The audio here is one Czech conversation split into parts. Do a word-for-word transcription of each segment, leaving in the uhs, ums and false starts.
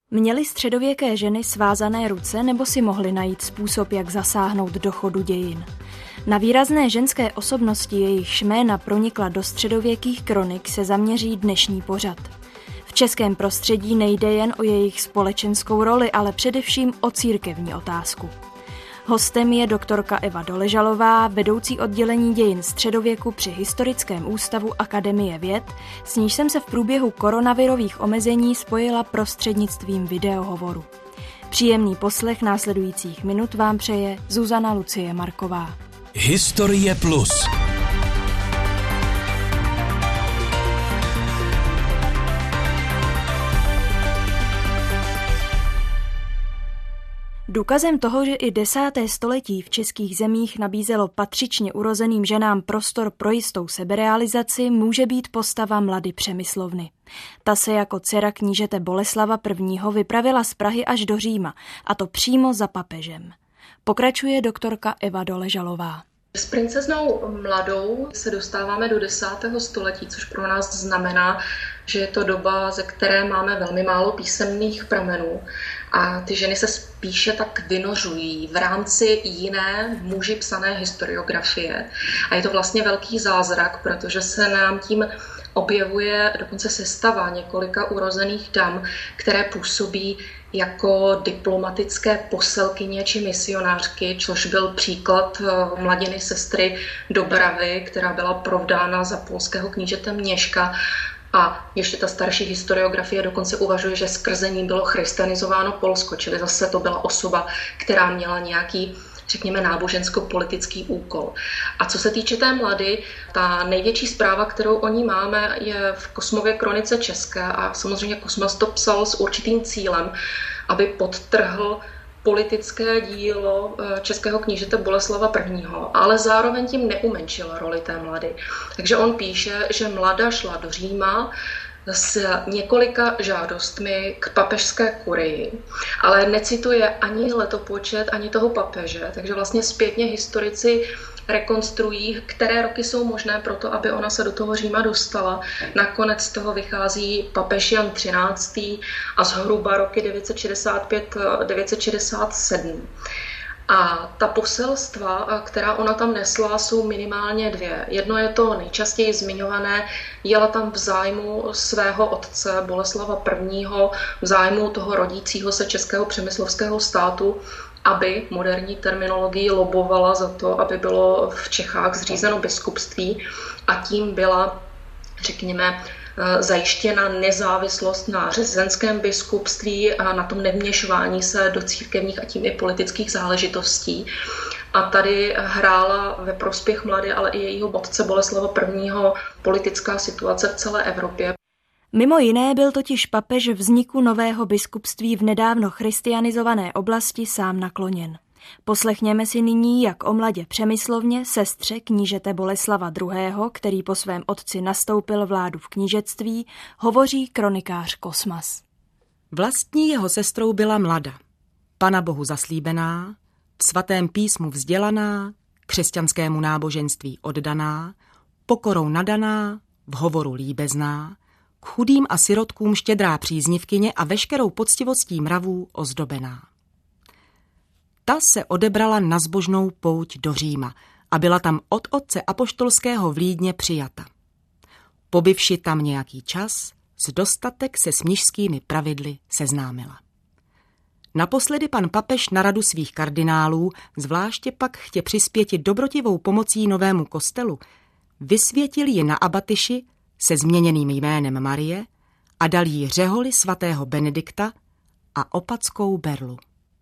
Měly středověké ženy svázané ruce nebo si mohly najít způsob, jak zasáhnout do chodu dějin? Na výrazné ženské osobnosti, jejichž jména pronikla do středověkých kronik, se zaměří dnešní pořad. V českém prostředí nejde jen o jejich společenskou roli, ale především o církevní otázku. Hostem je doktorka Eva Doležalová, vedoucí oddělení dějin středověku při Historickém ústavu Akademie věd, s níž jsem se v průběhu koronavirových omezení spojila prostřednictvím videohovoru. Příjemný poslech následujících minut vám přeje Zuzana Lucie Marková. Historie plus. Důkazem toho, že i desáté století v českých zemích nabízelo patřičně urozeným ženám prostor pro jistou seberealizaci, může být postava Mlady Přemyslovny. Ta se jako dcera knížete Boleslava prvního. vypravila z Prahy až do Říma, a to přímo za papežem. Pokračuje doktorka Eva Doležalová. S princeznou Mladou se dostáváme do desátého století, což pro nás znamená, že je to doba, ze které máme velmi málo písemných pramenů a ty ženy se spíše tak vynořují v rámci jiné muži psané historiografie. A je to vlastně velký zázrak, protože se nám tím objevuje dokonce sestava několika urozených dam, které působí jako diplomatické poselkyně či misionářky, což byl příklad Mladiny sestry Dobravy, která byla provdána za polského knížete Měška. A ještě ta starší historiografie dokonce uvažuje, že skrze ní bylo christianizováno Polsko, čili zase to byla osoba, která měla nějaký, řekněme, nábožensko-politický úkol. A co se týče té Mlady, ta největší zpráva, kterou o ní máme, je v Kosmově kronice české a samozřejmě Kosmas to psal s určitým cílem, aby podtrhl politické dílo českého knížete Boleslava prvního. Ale zároveň tím neumenšil roli té Mlady. Takže on píše, že Mlada šla do Říma s několika žádostmi k papežské kurii, ale necituje ani letopočet, ani toho papeže, takže vlastně zpětně historici rekonstruují, které roky jsou možné pro to, aby ona se do toho Říma dostala. Nakonec z toho vychází papež Jan třináctý. a zhruba roky devět set šedesát pět devět set šedesát sedm. A ta poselstva, která ona tam nesla, jsou minimálně dvě. Jedno je to nejčastěji zmiňované, jela tam v zájmu svého otce Boleslava prvního., v zájmu toho rodícího se českého přemyslovského státu, aby moderní terminologii lobovala za to, aby bylo v Čechách zřízeno biskupství a tím byla, řekněme, zajištěna nezávislost na řezenském biskupství a na tom nevměšování se do církevních a tím i politických záležitostí. A tady hrála ve prospěch Mlady, ale i jejího otce Boleslava prvního. politická situace v celé Evropě. Mimo jiné byl totiž papež vzniku nového biskupství v nedávno christianizované oblasti sám nakloněn. Poslechněme si nyní, jak o Mladě Přemyslovně, sestře knížete Boleslava druhého., který po svém otci nastoupil vládu v knížectví, hovoří kronikář Kosmas. Vlastní jeho sestrou byla Mlada, Pana Bohu zaslíbená, v svatém písmu vzdělaná, křesťanskému náboženství oddaná, pokorou nadaná, v hovoru líbezná, k chudým a sirotkům štědrá příznivkyně a veškerou poctivostí mravů ozdobená. Ta se odebrala na zbožnou pouť do Říma a byla tam od otce apoštolského v Lídně přijata. Pobyvši tam nějaký čas, z dostatek se s mnišskými pravidly seznámila. Naposledy pan papež na radu svých kardinálů, zvláště pak chtě přispěti dobrotivou pomocí novému kostelu, vysvětil ji na abatyši se změněným jménem Marie a dal jí řeholi svatého Benedikta a opatskou berlu.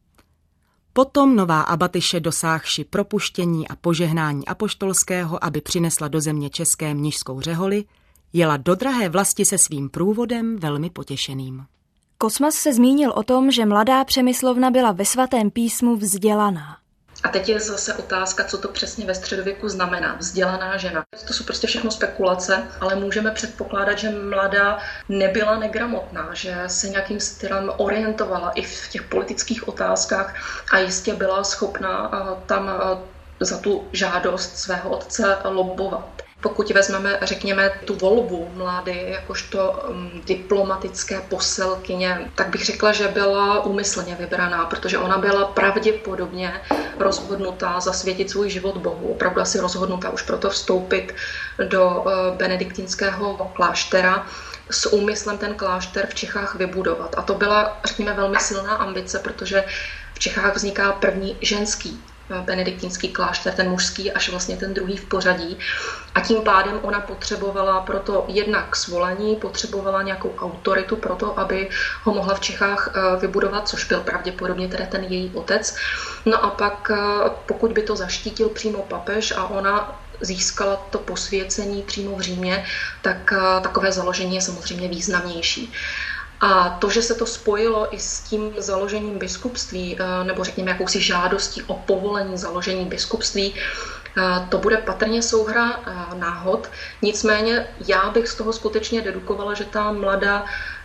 Potom nová abatyše dosáhši propuštění a požehnání apoštolského, aby přinesla do země české mnišskou řeholi, jela do drahé vlasti se svým průvodem velmi potěšeným. Kosmas se zmínil o tom, že Mladá Přemyslovna byla ve svatém písmu vzdělaná. A teď je zase otázka, co to přesně ve středověku znamená, vzdělaná žena. To jsou prostě všechno spekulace, ale můžeme předpokládat, že Mladá nebyla negramotná, že se nějakým stylem orientovala i v těch politických otázkách a jistě byla schopna tam za tu žádost svého otce lobovat. Pokud vezmeme, řekněme, tu volbu mlády jakožto um, diplomatické poselkyně, tak bych řekla, že byla úmyslně vybraná, protože ona byla pravděpodobně rozhodnutá zasvětit svůj život Bohu. Opravdu asi rozhodnutá už proto vstoupit do uh, benediktinského kláštera s úmyslem ten klášter v Čechách vybudovat. A to byla, řekněme, velmi silná ambice, protože v Čechách vzniká první ženský benediktinský klášter, ten mužský až vlastně ten druhý v pořadí. A tím pádem ona potřebovala proto jednak svolení, potřebovala nějakou autoritu pro to, aby ho mohla v Čechách vybudovat, což byl pravděpodobně teda ten její otec. No a pak, pokud by to zaštítil přímo papež a ona získala to posvěcení přímo v Římě, tak takové založení je samozřejmě významnější. A to, že se to spojilo i s tím založením biskupství, nebo řekněme jakousi žádostí o povolení založení biskupství, to bude patrně souhra náhod. Nicméně já bych z toho skutečně dedukovala, že ta mladá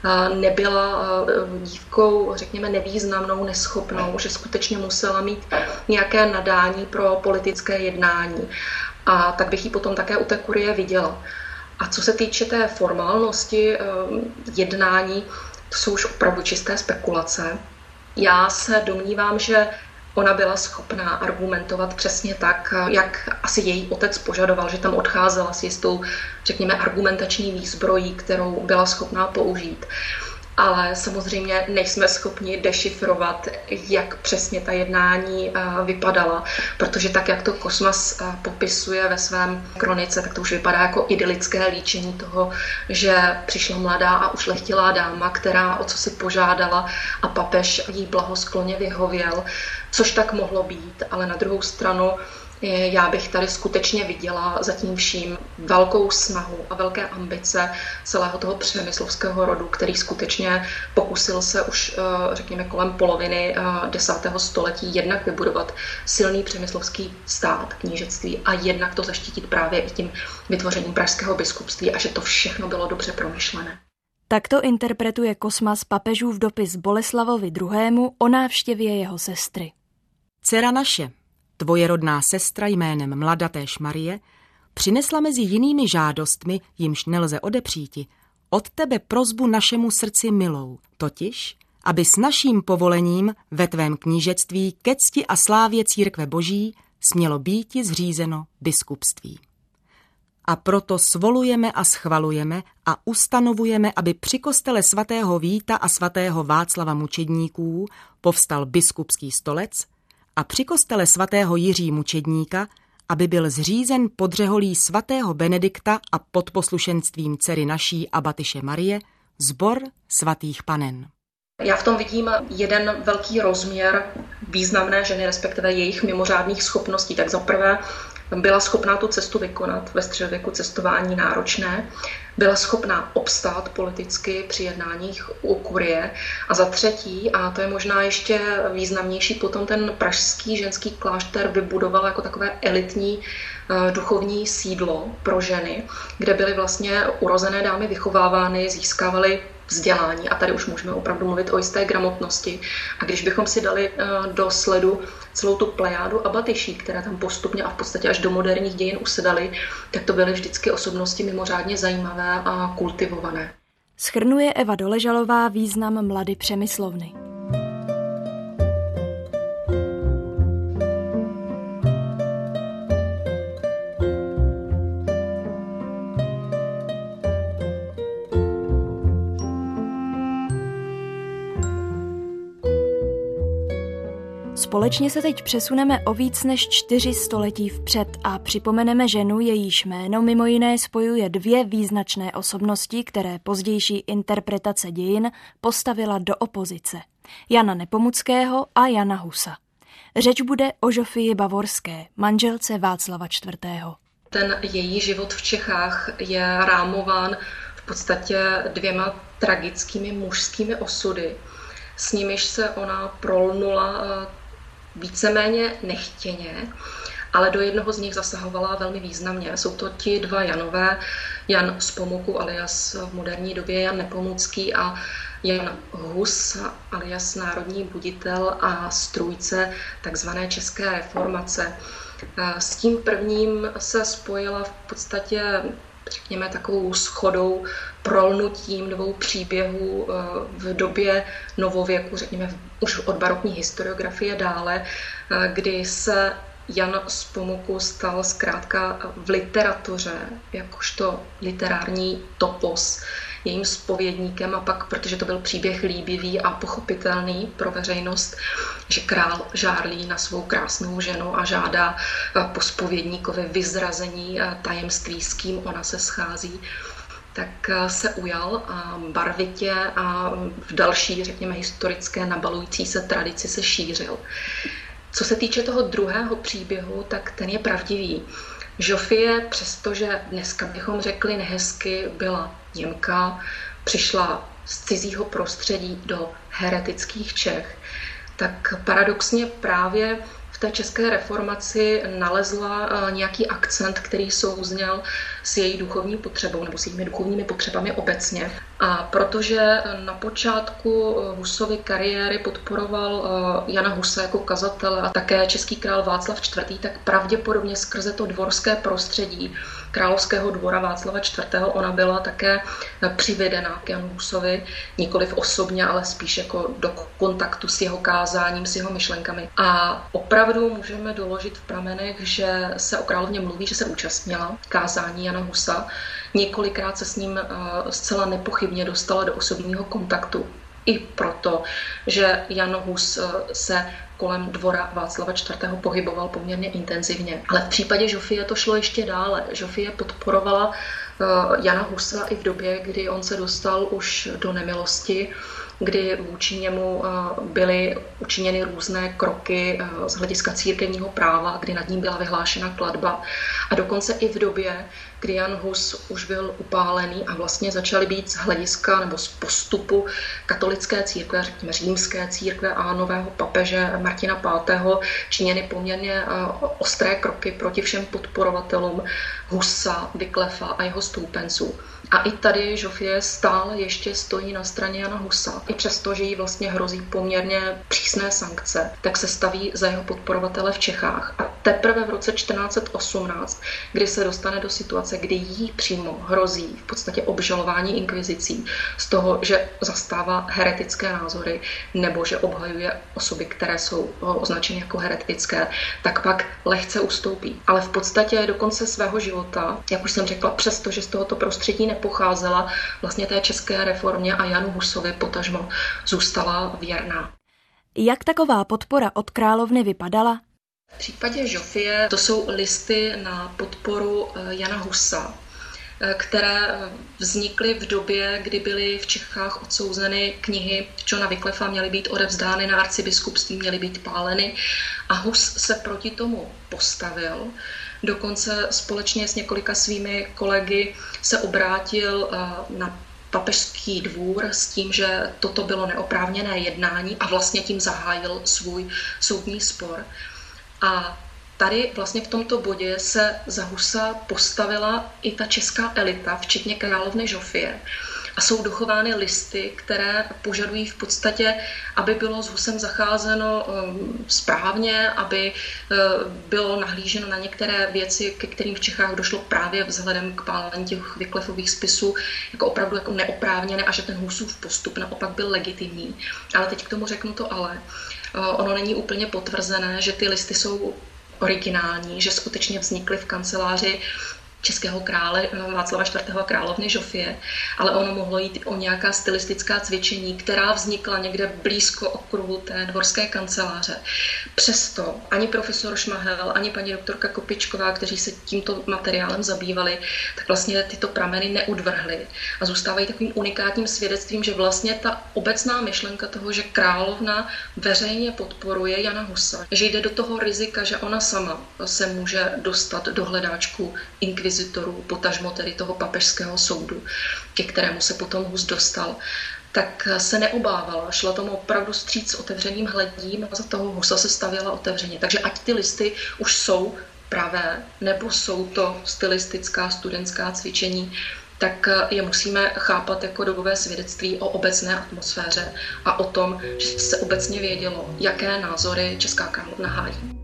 nebyla dívkou, řekněme, nevýznamnou, neschopnou, že skutečně musela mít nějaké nadání pro politické jednání. A tak bych ji potom také u té kurie viděla. A co se týče té formálnosti jednání, to jsou už opravdu čisté spekulace. Já se domnívám, že ona byla schopná argumentovat přesně tak, jak asi její otec požadoval, že tam odcházela s jistou, řekněme, argumentační výzbrojí, kterou byla schopná použít. Ale samozřejmě nejsme schopni dešifrovat, jak přesně ta jednání vypadala, protože tak, jak to Kosmas popisuje ve svém kronice, tak to už vypadá jako idylické líčení toho, že přišla mladá a ušlechtilá dáma, která o co si požádala a papež jí blahoskloně vyhověl, což tak mohlo být, ale na druhou stranu já bych tady skutečně viděla za tím vším velkou snahu a velké ambice celého toho přemyslovského rodu, který skutečně pokusil se už, řekněme, kolem poloviny desátého století jednak vybudovat silný přemyslovský stát, knížectví a jednak to zaštítit právě i tím vytvořením pražského biskupství a že to všechno bylo dobře promyšlené. Takto interpretuje Kosmas papežův dopis Boleslavovi druhému o návštěvě jeho sestry. Dcera naše, tvoje rodná sestra jménem mladatéž Marie, přinesla mezi jinými žádostmi, jimž nelze odepříti, od tebe prosbu našemu srdci milou, totiž, aby s naším povolením ve tvém knížectví ke cti a slávě církve boží smělo býti zřízeno biskupství. A proto svolujeme a schvalujeme a ustanovujeme, aby při kostele svatého Víta a svatého Václava mučedníků povstal biskupský stolec, a při kostele svatého Jiří mučedníka, aby byl zřízen pod řeholí svatého Benedikta a pod poslušenstvím dcery naší abatyše Marie, sbor svatých panen. Já v tom vidím jeden velký rozměr významné ženy, respektive jejich mimořádných schopností. Tak za prvé byla schopná tu cestu vykonat, ve středověku cestování náročné, byla schopná obstát politicky při jednáních u kurie a za třetí, a to je možná ještě významnější, potom ten pražský ženský klášter vybudoval jako takové elitní duchovní sídlo pro ženy, kde byly vlastně urozené dámy vychovávány, získávaly vzdělání a tady už můžeme opravdu mluvit o jisté gramotnosti. A když bychom si dali do sledu celou tu plejádu abatyší, které tam postupně a v podstatě až do moderních dějin usedaly, tak to byly vždycky osobnosti mimořádně zajímavé a kultivované. Shrnuje Eva Doležalová význam Mlady Přemyslovny. Společně se teď přesuneme o víc než čtyři století vpřed a připomeneme ženu, jejíž jméno mimo jiné spojuje dvě význačné osobnosti, které pozdější interpretace dějin postavila do opozice. Jana Nepomuckého a Jana Husa. Řeč bude o Žofii Bavorské, manželce Václava čtvrtého. Ten její život v Čechách je rámován v podstatě dvěma tragickými mužskými osudy, s nimiž se ona prolnula víceméně nechtěně, ale do jednoho z nich zasahovala velmi významně. Jsou to ti dva Janové, Jan z Pomuku alias v moderní době Jan Nepomucký a Jan Hus alias národní buditel a strůjce takzvané české reformace. S tím prvním se spojila v podstatě, řekněme, takovou shodou, prolnutím dvou příběhů v době novověku, řekněme už od barokní historiografie dále, kdy se Jan z Pomoku stal zkrátka v literatuře jakožto literární topos, jejím zpovědníkem, a pak, protože to byl příběh líbivý a pochopitelný pro veřejnost, že král žárlí na svou krásnou ženu a žádá po zpovědníkovi vyzrazení tajemství, s kým ona se schází, tak se ujal a barvitě a v další, řekněme, historické nabalující se tradici se šířil. Co se týče toho druhého příběhu, tak ten je pravdivý. Žofie, přestože dneska bychom řekli nehezky, byla Němka, přišla z cizího prostředí do heretických Čech, tak paradoxně právě v té české reformaci nalezla nějaký akcent, který souzněl s její duchovní potřebou nebo s jejími duchovními potřebami obecně. A protože na počátku Husovy kariéry podporoval Jana Husa jako kazatele a také český král Václav čtvrtý, tak pravděpodobně skrze to dvorské prostředí královského dvora Václava čtvrtého ona byla také přivedena k Janu Husovi, nikoliv osobně, ale spíš jako do kontaktu s jeho kázáním, s jeho myšlenkami. A opravdu můžeme doložit v pramenech, že se o královně mluví, že se účastnila kázání Jana Husa. Několikrát se s ním zcela nepochybně dostala do osobního kontaktu. I proto, že Jan Hus se kolem dvora Václava čtvrtého pohyboval poměrně intenzivně. Ale v případě Žofie to šlo ještě dále. Žofie podporovala Jana Husa i v době, kdy on se dostal už do nemilosti, kdy vůči němu byly učiněny různé kroky z hlediska církevního práva, kdy nad ním byla vyhlášena klatba. A dokonce i v době, kdy Jan Hus už byl upálený a vlastně začaly být z hlediska nebo z postupu katolické církve, řekněme římské církve a nového papeže Martina pátého činěny poměrně ostré kroky proti všem podporovatelům Husa, Wyclefa a jeho stoupenců. A i tady Žofie stále ještě stojí na straně Jana Husa. I přesto, že jí vlastně hrozí poměrně přísné sankce, tak se staví za jeho podporovatele v Čechách. A teprve v roce čtrnáct set osmnáct, kdy se dostane do situace, kdy jí přímo hrozí v podstatě obžalování inkvizicí z toho, že zastává heretické názory nebo že obhajuje osoby, které jsou označeny jako heretické, tak pak lehce ustoupí. Ale v podstatě do konce svého života, jak už jsem řekla, přesto, že z tohoto prostředí nepocházela, vlastně té české reformě a Janu Husovi potažmo zůstala věrná. Jak taková podpora od královny vypadala? V případě Žofie to jsou listy na podporu Jana Husa, které vznikly v době, kdy byly v Čechách odsouzeny knihy Johna Wyclefa, měly být odevzdány na arcibiskupství, měly být páleny a Hus se proti tomu postavil. Dokonce společně s několika svými kolegy se obrátil na papežský dvůr s tím, že toto bylo neoprávněné jednání a vlastně tím zahájil svůj soudní spor. A tady vlastně v tomto bodě se za Husa postavila i ta česká elita, včetně královny Žofie. A jsou dochovány listy, které požadují v podstatě, aby bylo s Husem zacházeno správně, aby bylo nahlíženo na některé věci, ke kterým v Čechách došlo právě vzhledem k pálení těch Wyclefových spisů, jako opravdu jako neoprávněné a že ten Husův postup naopak byl legitimní. Ale teď k tomu řeknu to ale. Ono není úplně potvrzené, že ty listy jsou originální, že skutečně vznikly v kanceláři českého krále Václava čtvrtého a královny Žofie, ale ono mohlo jít o nějaká stylistická cvičení, která vznikla někde blízko okruhu té dvorské kanceláře. Přesto ani profesor Šmahel, ani paní doktorka Kopičková, kteří se tímto materiálem zabývali, tak vlastně tyto prameny neudvrhly a zůstávají takovým unikátním svědectvím, že vlastně ta obecná myšlenka toho, že královna veřejně podporuje Jana Husa, že jde do toho rizika, že ona sama se může dostat do hledáčku inkvizitorů, potažmo tedy toho papežského soudu, ke kterému se potom Hus dostal, tak se neobávala, šla tomu opravdu vstříc s otevřeným hledím a za toho Husa se stavěla otevřeně. Takže ať ty listy už jsou pravé, nebo jsou to stylistická studentská cvičení, tak je musíme chápat jako dobové svědectví o obecné atmosféře a o tom, že se obecně vědělo, jaké názory Česká královna hájí.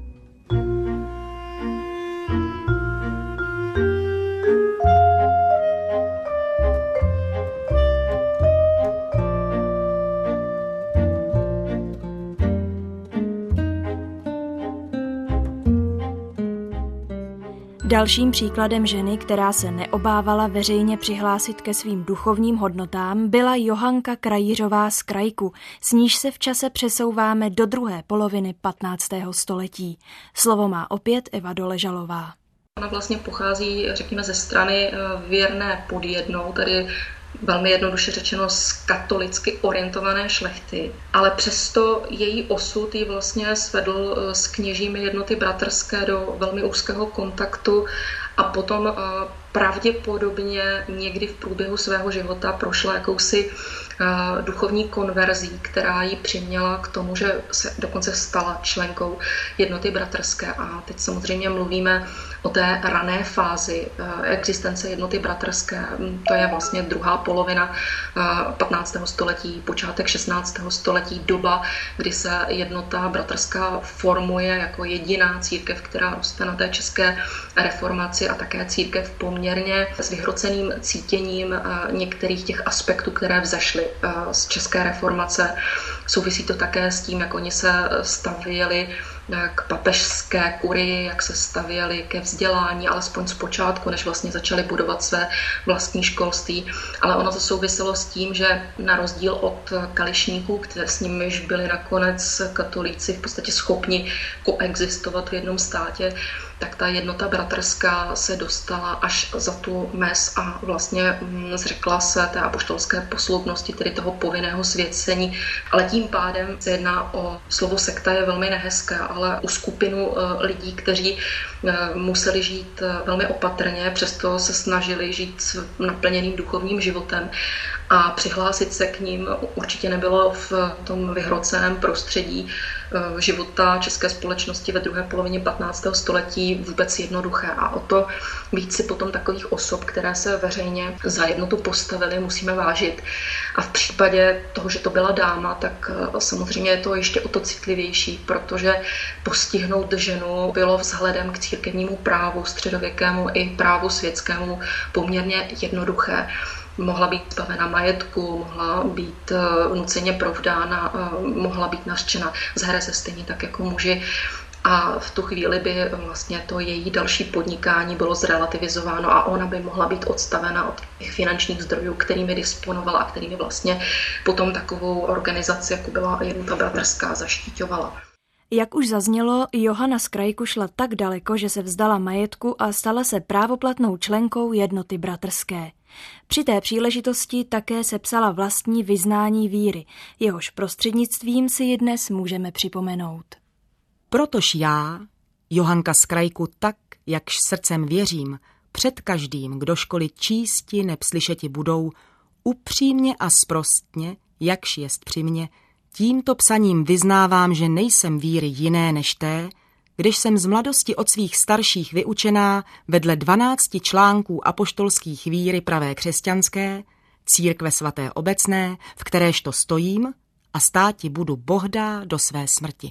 Dalším příkladem ženy, která se neobávala veřejně přihlásit ke svým duchovním hodnotám, byla Johanka Krajířová z Krajku, s níž se v čase přesouváme do druhé poloviny patnáctého století. Slovo má opět Eva Doležalová. Ona vlastně pochází, řekněme, ze strany věrné Podjednou, tady velmi jednoduše řečeno z katolicky orientované šlechty, ale přesto její osud ji vlastně svedl s kněžími Jednoty bratrské do velmi úzkého kontaktu a potom pravděpodobně někdy v průběhu svého života prošla jakousi duchovní konverzí, která ji přiměla k tomu, že se dokonce stala členkou Jednoty bratrské. A teď samozřejmě mluvíme o té rané fázi existence Jednoty bratrské. To je vlastně druhá polovina patnáctého století, počátek šestnáctého století, doba, kdy se Jednota bratrská formuje jako jediná církev, která roste na té české reformaci a také církev poměrně s vyhroceným cítěním některých těch aspektů, které vzešly z české reformace. Souvisí to také s tím, jak oni se stavěli k papežské kurii, jak se stavěli ke vzdělání, alespoň zpočátku, než vlastně začali budovat své vlastní školství. Ale ono to souviselo s tím, že na rozdíl od kališníků, které s nimiž byli nakonec katolíci v podstatě schopni koexistovat v jednom státě, tak ta Jednota bratrská se dostala až za tu mez a vlastně zřekla se té apoštolské posloupnosti, tedy toho povinného svěcení. Ale tím pádem se jedná o slovo sekta je velmi nehezké, ale u skupinu lidí, kteří museli žít velmi opatrně, přesto se snažili žít s naplněným duchovním životem a přihlásit se k ním určitě nebylo v tom vyhroceném prostředí života české společnosti ve druhé polovině patnáctého století vůbec jednoduché. A o to víc si potom takových osob, které se veřejně za jednotu postavily, musíme vážit. A v případě toho, že to byla dáma, tak samozřejmě je to ještě o to citlivější, protože postihnout ženu bylo vzhledem k církevnímu právu středověkému i právu světskému poměrně jednoduché. Mohla být zbavena majetku, mohla být nuceně provdána, mohla být nařčena z hereze stejně tak jako muži. A v tu chvíli by vlastně to její další podnikání bylo zrelativizováno a ona by mohla být odstavena od těch finančních zdrojů, kterými disponovala a kterými vlastně potom takovou organizaci, jako byla Jednota bratrská, zaštiťovala. Jak už zaznělo, Johana z Krajku šla tak daleko, že se vzdala majetku a stala se právoplatnou členkou Jednoty bratrské. Při té příležitosti také sepsala vlastní vyznání víry, jehož prostřednictvím si ji dnes můžeme připomenout. Protož já, Johanka z Krajku, tak, jakž srdcem věřím, před každým, kdo školy čísti neb slyšeti budou, upřímně a sprostně, jakž jest při mně, tímto psaním vyznávám, že nejsem víry jiné než té, když jsem z mladosti od svých starších vyučená vedle dvanácti článků apoštolských víry pravé křesťanské, církve svaté obecné, v kteréž to stojím a státi budu bohdá do své smrti.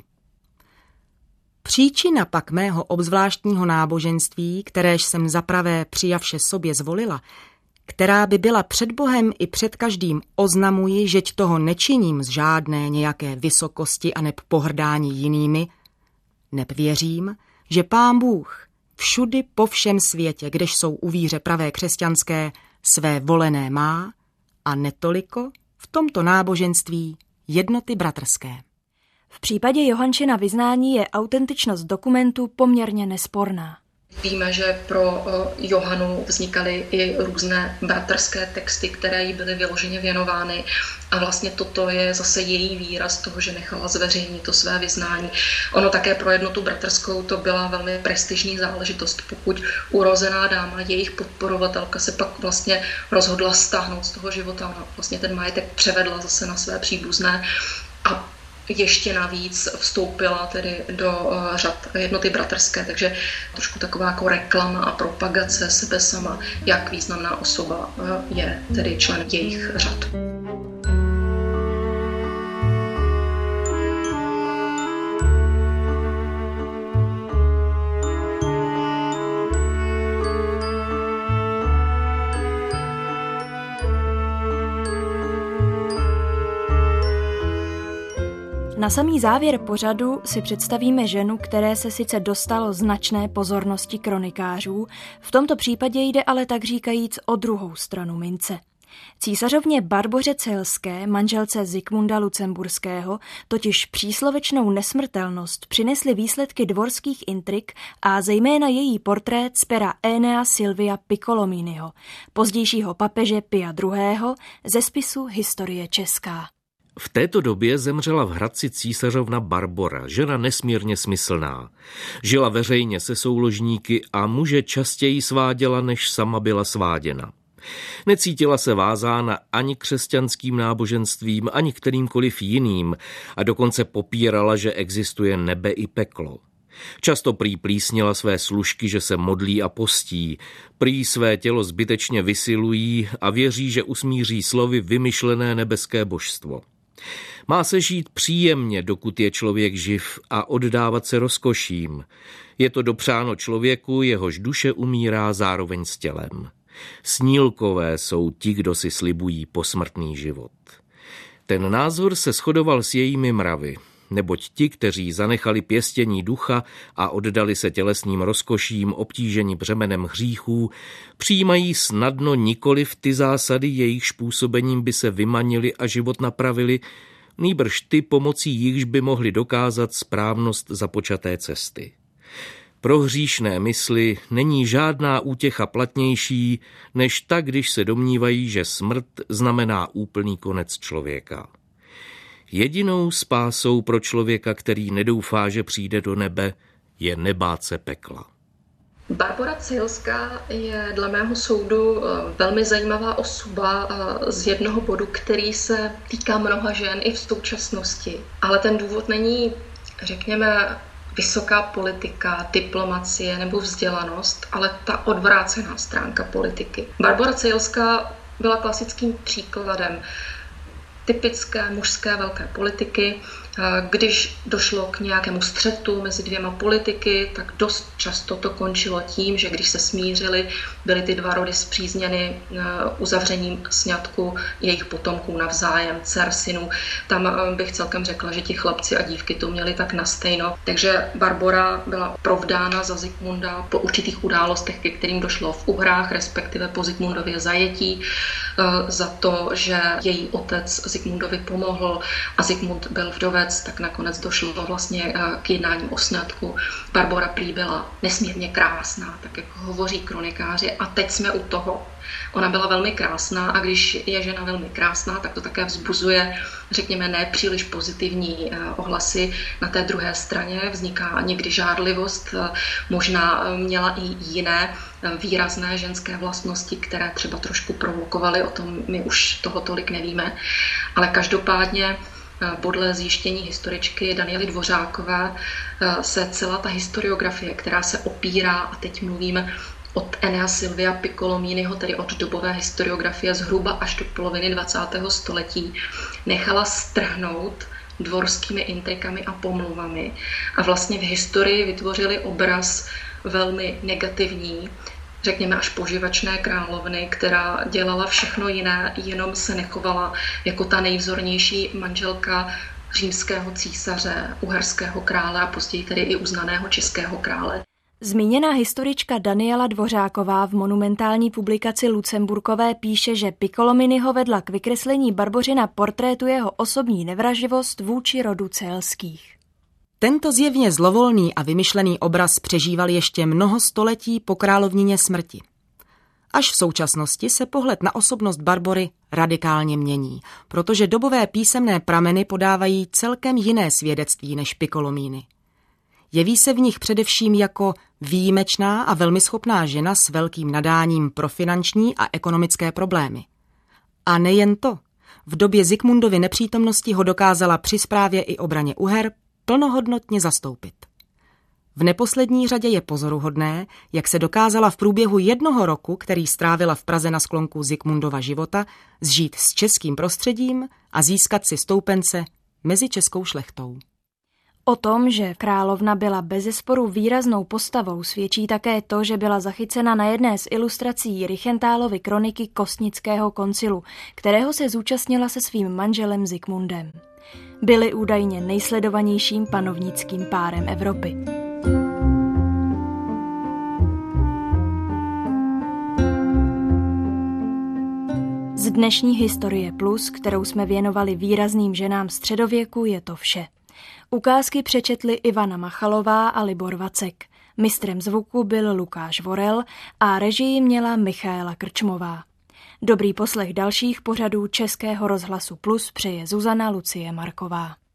Příčina pak mého obzvláštního náboženství, kteréž jsem zapravé přijavše sobě zvolila, která by byla před Bohem i před každým, oznamuji, žeť toho nečiním z žádné nějaké vysokosti a neb pohrdání jinými, neb věřím, že Pán Bůh všudy po všem světě, kdež jsou u víře pravé křesťanské, své volené má a netoliko v tomto náboženství Jednoty bratrské. V případě Johančina vyznání je autentičnost dokumentu poměrně nesporná. Víme, že pro Johanu vznikaly i různé bratrské texty, které jí byly vyloženě věnovány a vlastně toto je zase její výraz toho, že nechala zveřejnit to své vyznání. Ono také pro Jednotu bratrskou to byla velmi prestižní záležitost, pokud urozená dáma, jejich podporovatelka se pak vlastně rozhodla stáhnout z toho života, ona vlastně ten majetek převedla zase na své příbuzné a ještě navíc vstoupila tedy do řad jednoty bratrské, takže trošku taková jako reklama a propagace sebe sama, jak významná osoba je tedy člen jejich řad. Na samý závěr pořadu si představíme ženu, které se sice dostalo značné pozornosti kronikářů, v tomto případě jde ale tak říkajíc o druhou stranu mince. Císařovně Barboře Celské, manželce Zikmunda Lucemburského, totiž příslovečnou nesmrtelnost přinesly výsledky dvorských intrik a zejména její portrét z pera Enea Silvia Piccolominiho, pozdějšího papeže Pia druhého. ze spisu Historie česká. V této době zemřela v Hradci císařovna Barbora, žena nesmírně smyslná. Žila veřejně se souložníky a muže častěji sváděla, než sama byla sváděna. Necítila se vázána ani křesťanským náboženstvím, ani kterýmkoliv jiným a dokonce popírala, že existuje nebe i peklo. Často prý plísnila své služky, že se modlí a postí, prý své tělo zbytečně vysilují a věří, že usmíří slovy vymyšlené nebeské božstvo. Má se žít příjemně, dokud je člověk živ, a oddávat se rozkoším. Je to dopřáno člověku, jehož duše umírá zároveň s tělem. Snílkové jsou ti, kdo si slibují posmrtný život. Ten názor se shodoval s jejími mravy, neboť ti, kteří zanechali pěstění ducha a oddali se tělesným rozkoším obtíženi břemenem hříchů, přijímají snadno nikoliv ty zásady, jejichž působením by se vymanili a život napravili, nýbrž ty, pomocí jichž by mohli dokázat správnost započaté cesty. Pro hříšné mysli není žádná útěcha platnější, než tak, když se domnívají, že smrt znamená úplný konec člověka. Jedinou spásou pro člověka, který nedoufá, že přijde do nebe, je nebát se pekla. Barbora Cejlská je dle mého soudu velmi zajímavá osoba z jednoho bodu, který se týká mnoha žen i v současnosti. Ale ten důvod není, řekněme, vysoká politika, diplomacie nebo vzdělanost, ale ta odvrácená stránka politiky. Barbora Cejlská byla klasickým příkladem typické mužské velké politiky. Když došlo k nějakému střetu mezi dvěma politiky, tak dost často to končilo tím, že když se smířili, byly ty dva rody spřízněny uzavřením sňatku jejich potomků navzájem, dcer, synů. Tam bych celkem řekla, že ti chlapci a dívky to měli tak nastejno. Takže Barbora byla provdána za Zikmunda po určitých událostech, ke kterým došlo v Uhrách, respektive po Zikmundově zajetí, za to, že její otec Zikmundovi pomohl a Zikmund byl vdovec, tak nakonec došlo vlastně k jednáním o sňatku. Barbora prý byla nesmírně krásná, tak jako hovoří kronikáři, a teď jsme u toho. Ona byla velmi krásná a když je žena velmi krásná, tak to také vzbuzuje, řekněme, ne příliš pozitivní ohlasy. Na té druhé straně vzniká někdy žárlivost, možná měla i jiné výrazné ženské vlastnosti, které třeba trošku provokovaly, o tom my už toho tolik nevíme, ale každopádně podle zjištění historičky Daniely Dvořákové se celá ta historiografie, která se opírá, a teď mluvíme od Enea Silvia Piccolominiho, tedy od dobové historiografie zhruba až do poloviny dvacátého století, nechala strhnout dvorskými intrikami a pomluvami a vlastně v historii vytvořili obraz velmi negativní, řekněme až poživačné královny, která dělala všechno jiné, jenom se nechovala jako ta nejvzornější manželka římského císaře, uherského krále a později tedy i uznaného českého krále. Zmíněná historička Daniela Dvořáková v monumentální publikaci Lucemburkové píše, že Piccolominiho vedla k vykreslení Barbořina portrétu jeho osobní nevraživost vůči rodu Celských. Tento zjevně zlovolný a vymyšlený obraz přežíval ještě mnoho století po královnině smrti. Až v současnosti se pohled na osobnost Barbory radikálně mění, protože dobové písemné prameny podávají celkem jiné svědectví než Piccolomini. Jeví se v nich především jako výjimečná a velmi schopná žena s velkým nadáním pro finanční a ekonomické problémy. A nejen to. V době Zikmundovy nepřítomnosti ho dokázala při správě i obraně Uher plnohodnotně zastoupit. V neposlední řadě je pozoruhodné, jak se dokázala v průběhu jednoho roku, který strávila v Praze na sklonku Zikmundova života, zžít s českým prostředím a získat si stoupence mezi českou šlechtou. O tom, že královna byla bezesporu výraznou postavou, svědčí také to, že byla zachycena na jedné z ilustrací Rychentálovy kroniky Kostnického koncilu, kterého se zúčastnila se svým manželem Zikmundem. Byli údajně nejsledovanějším panovnickým párem Evropy. Z dnešní Historie Plus, kterou jsme věnovali výrazným ženám středověku, je to vše. Ukázky přečetli Ivana Machalová a Libor Vacek. Mistrem zvuku byl Lukáš Vorel a režii měla Michaela Krčmová. Dobrý poslech dalších pořadů Českého rozhlasu Plus přeje Zuzana Lucie Marková.